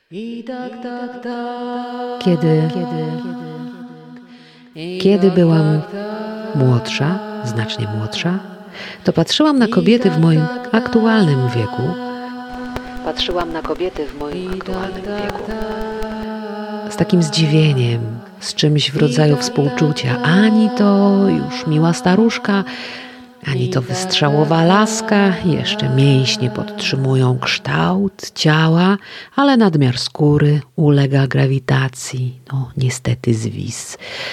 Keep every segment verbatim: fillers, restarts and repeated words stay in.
Kiedy, kiedy, kiedy byłam młodsza, znacznie młodsza, to patrzyłam na kobiety w moim aktualnym wieku. Patrzyłam na kobiety w moim aktualnym wieku z takim zdziwieniem, z czymś w rodzaju współczucia. Ani to już miła staruszka, ani to wystrzałowa laska, jeszcze mięśnie podtrzymują kształt ciała, ale nadmiar skóry ulega grawitacji. No, niestety zwis.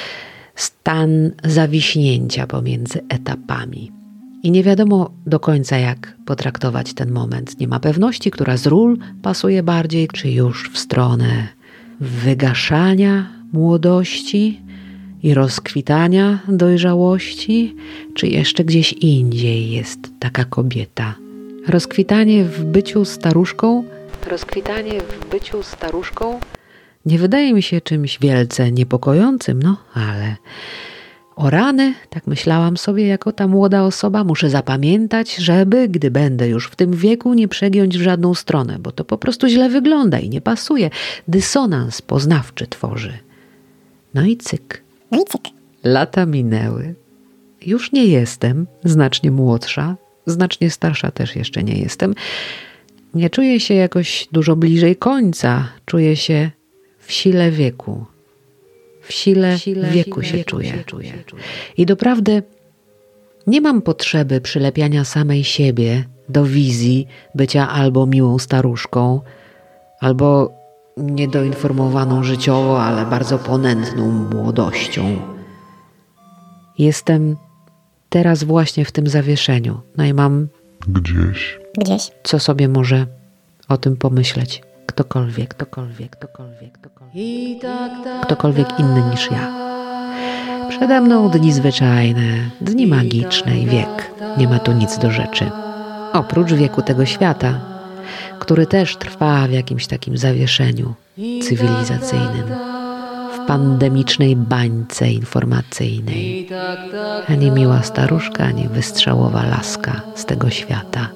Stan zawiśnięcia pomiędzy etapami. I nie wiadomo do końca, jak potraktować ten moment. Nie ma pewności, która z ról pasuje bardziej, czy już w stronę wygaszania młodości i rozkwitania dojrzałości, czy jeszcze gdzieś indziej jest taka kobieta. Rozkwitanie w byciu staruszką, rozkwitanie w byciu staruszką nie wydaje mi się czymś wielce niepokojącym, no ale o rany, tak myślałam sobie jako ta młoda osoba, muszę zapamiętać, żeby, gdy będę już w tym wieku, nie przegiąć w żadną stronę, bo to po prostu źle wygląda i nie pasuje. Dysonans poznawczy tworzy. No i cyk. No i cyk. Lata minęły. Już nie jestem znacznie młodsza, znacznie starsza też jeszcze nie jestem. Nie czuję się jakoś dużo bliżej końca. Czuję się w sile wieku. W sile, w sile wieku się czuję. czuję. I doprawdy nie mam potrzeby przylepiania samej siebie do wizji bycia albo miłą staruszką, albo niedoinformowaną życiowo, ale bardzo ponętną młodością. Jestem teraz właśnie w tym zawieszeniu. No i mam Gdzieś. Gdzieś. co sobie może o tym pomyśleć. Ktokolwiek, ktokolwiek, ktokolwiek, ktokolwiek. Ktokolwiek inny niż ja. Przede mną dni zwyczajne, dni magiczne i wiek. Nie ma tu nic do rzeczy. Oprócz wieku tego świata, który też trwa w jakimś takim zawieszeniu cywilizacyjnym, w pandemicznej bańce informacyjnej. Ani miła staruszka, ani wystrzałowa laska z tego świata.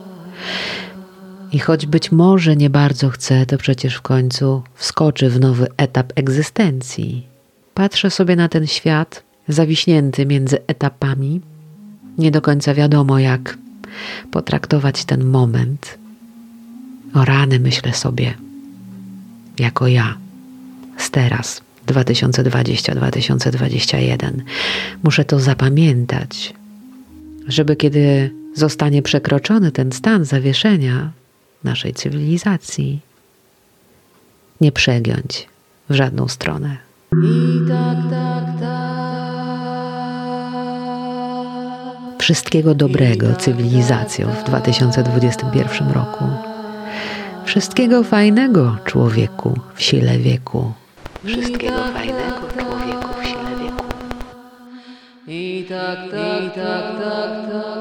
I choć być może nie bardzo chcę, to przecież w końcu wskoczy w nowy etap egzystencji. Patrzę sobie na ten świat zawiśnięty między etapami. Nie do końca wiadomo, jak potraktować ten moment. O rany, myślę sobie, jako ja, z teraz, dwa tysiące dwudziesty do dwa tysiące dwudziestego pierwszego. Muszę to zapamiętać, żeby kiedy zostanie przekroczony ten stan zawieszenia naszej cywilizacji, nie przegiąć w żadną stronę. I tak, tak, tak. Wszystkiego dobrego cywilizacjo w dwa tysiące dwudziestym pierwszym roku. Wszystkiego fajnego, człowieku w sile wieku. Wszystkiego fajnego, człowieku w sile wieku. I tak, tak, tak, tak, tak.